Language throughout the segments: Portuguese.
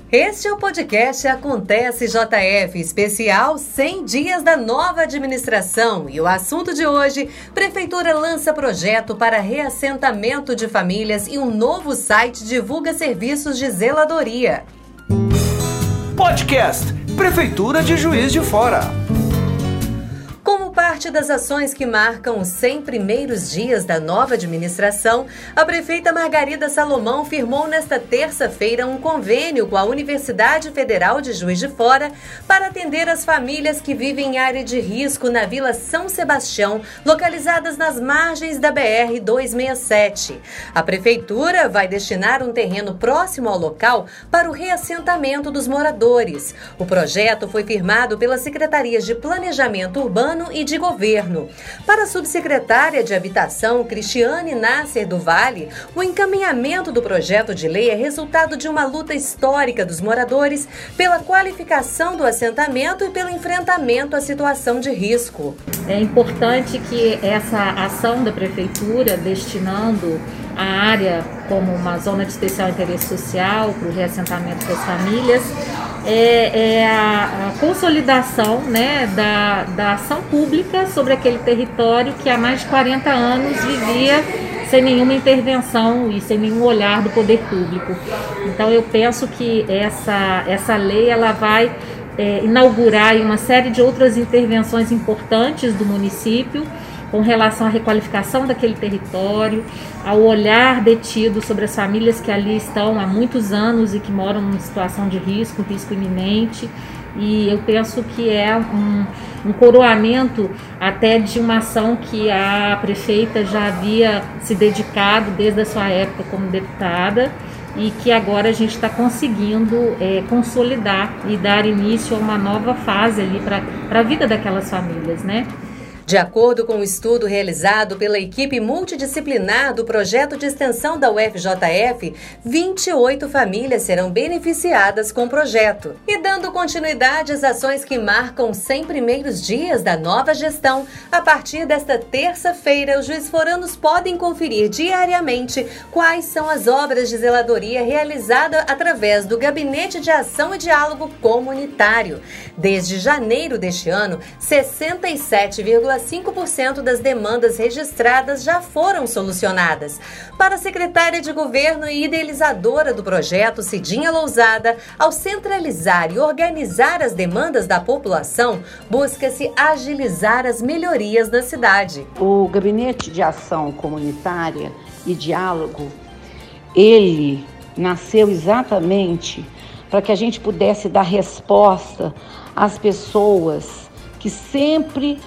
Este é o podcast Acontece JF, especial 100 dias da nova administração. E o assunto de hoje, Prefeitura lança projeto para reassentamento de famílias e um novo site divulga serviços de zeladoria. Podcast Prefeitura de Juiz de Fora. Como parte das ações que marcam os 100 primeiros dias da nova administração, a prefeita Margarida Salomão firmou nesta terça-feira um convênio com a Universidade Federal de Juiz de Fora para atender as famílias que vivem em área de risco na Vila São Sebastião, localizadas nas margens da BR-267. A prefeitura vai destinar um terreno próximo ao local para o reassentamento dos moradores. O projeto foi firmado pelas Secretarias de Planejamento Urbano e de Governo. Para a subsecretária de Habitação, Cristiane Nasser do Vale, o encaminhamento do projeto de lei é resultado de uma luta histórica dos moradores pela qualificação do assentamento e pelo enfrentamento à situação de risco. É importante que essa ação da Prefeitura, destinando a área como uma zona de especial interesse social para o reassentamento das famílias, é a consolidação, né, da ação pública sobre aquele território que há mais de 40 anos vivia sem nenhuma intervenção e sem nenhum olhar do poder público. Então eu penso que essa lei ela vai inaugurar uma série de outras intervenções importantes do município com relação à requalificação daquele território, ao olhar detido sobre as famílias que ali estão há muitos anos e que moram em situação de risco iminente. E eu penso que é um coroamento até de uma ação que a prefeita já havia se dedicado desde a sua época como deputada e que agora a gente está conseguindo consolidar e dar início a uma nova fase ali para a vida daquelas famílias, né? De acordo com o estudo realizado pela equipe multidisciplinar do projeto de extensão da UFJF, 28 famílias serão beneficiadas com o projeto. E dando continuidade às ações que marcam os 100 primeiros dias da nova gestão, a partir desta terça-feira, os juiz-foranos podem conferir diariamente quais são as obras de zeladoria realizadas através do Gabinete de Ação e Diálogo Comunitário. Desde janeiro deste ano, 67,5% das demandas registradas já foram solucionadas. Para a secretária de Governo e idealizadora do projeto, Cidinha Lousada, ao centralizar e organizar as demandas da população, busca-se agilizar as melhorias na cidade. O Gabinete de Ação Comunitária e Diálogo, ele nasceu exatamente para que a gente pudesse dar resposta às pessoas que sempre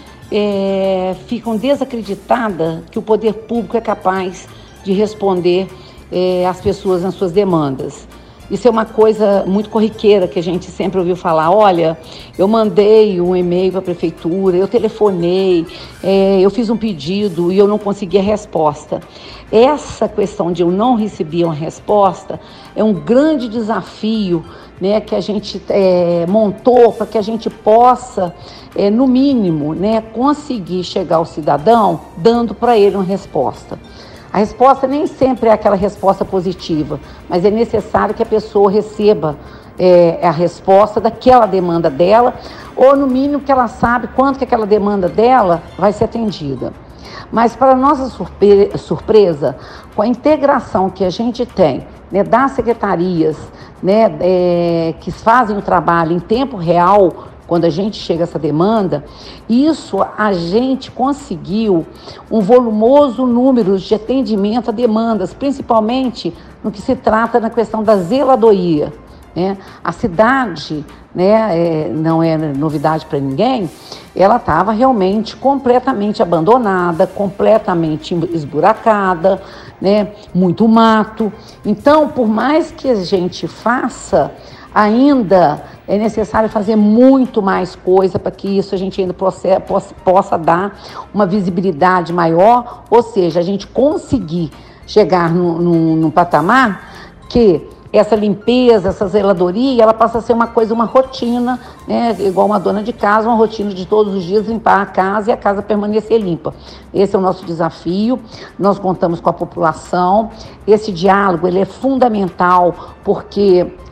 ficam desacreditadas que o poder público é capaz de responder às pessoas nas suas demandas. Isso é uma coisa muito corriqueira que a gente sempre ouviu falar. Olha, eu mandei um e-mail para a prefeitura, eu telefonei, eu fiz um pedido e eu não consegui a resposta. Essa questão de eu não receber uma resposta é um grande desafio, né, que a gente montou para que a gente possa, no mínimo, né, conseguir chegar ao cidadão dando para ele uma resposta. A resposta nem sempre é aquela resposta positiva, mas é necessário que a pessoa receba a resposta daquela demanda dela, ou no mínimo que ela sabe quanto que aquela demanda dela vai ser atendida. Mas para nossa surpresa, com a integração que a gente tem, né, das secretarias, né, que fazem o trabalho em tempo real, quando a gente chega a essa demanda, isso a gente conseguiu um volumoso número de atendimento a demandas, principalmente no que se trata na questão da zeladoria, né? A cidade, né, não é novidade para ninguém, ela estava realmente completamente abandonada, completamente esburacada, né, muito mato. Então, por mais que a gente faça, ainda é necessário fazer muito mais coisa para que isso a gente ainda possa dar uma visibilidade maior, ou seja, a gente conseguir chegar num patamar que essa limpeza, essa zeladoria, ela passa a ser uma coisa, uma rotina, né? Igual uma dona de casa, uma rotina de todos os dias limpar a casa e a casa permanecer limpa. Esse é o nosso desafio, nós contamos com a população. Esse diálogo, ele é fundamental porque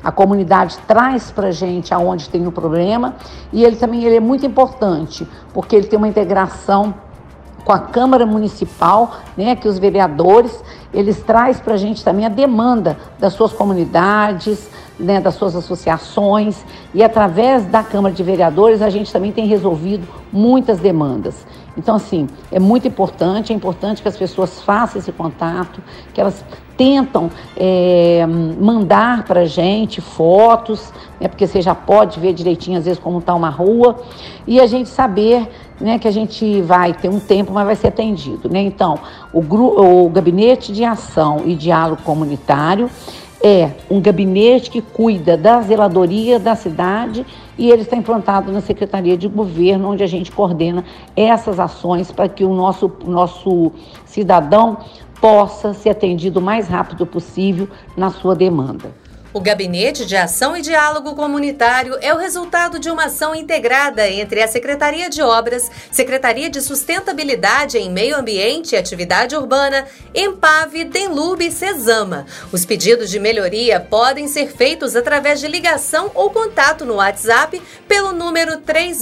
A comunidade traz para a gente aonde tem o problema, e ele é muito importante, porque ele tem uma integração com a Câmara Municipal, né, que os vereadores, eles trazem para a gente também a demanda das suas comunidades, né, das suas associações, e através da Câmara de Vereadores a gente também tem resolvido muitas demandas. Então, assim, é importante que as pessoas façam esse contato, que elas tentam mandar para a gente fotos, né, porque você já pode ver direitinho, às vezes, como está uma rua, e a gente saber, né, que a gente vai ter um tempo, mas vai ser atendido, né? Então, o Gabinete de Ação e Diálogo Comunitário é um gabinete que cuida da zeladoria da cidade, e ele está implantado na Secretaria de Governo, onde a gente coordena essas ações para que o nosso cidadão possa ser atendido o mais rápido possível na sua demanda. O Gabinete de Ação e Diálogo Comunitário é o resultado de uma ação integrada entre a Secretaria de Obras, Secretaria de Sustentabilidade em Meio Ambiente e Atividade Urbana, EMPAV, DENLUB e CESAMA. Os pedidos de melhoria podem ser feitos através de ligação ou contato no WhatsApp pelo número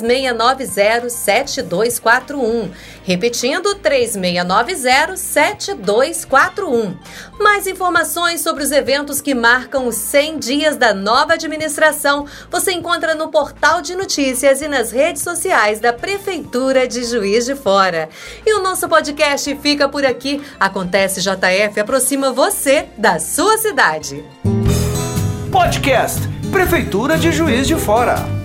3690-7241. Repetindo, 3690-7241. Mais informações sobre os eventos que marcam os 100 dias da nova administração você encontra no portal de notícias e nas redes sociais da Prefeitura de Juiz de Fora. E o nosso podcast fica por aqui. Acontece JF aproxima você da sua cidade. Podcast Prefeitura de Juiz de Fora.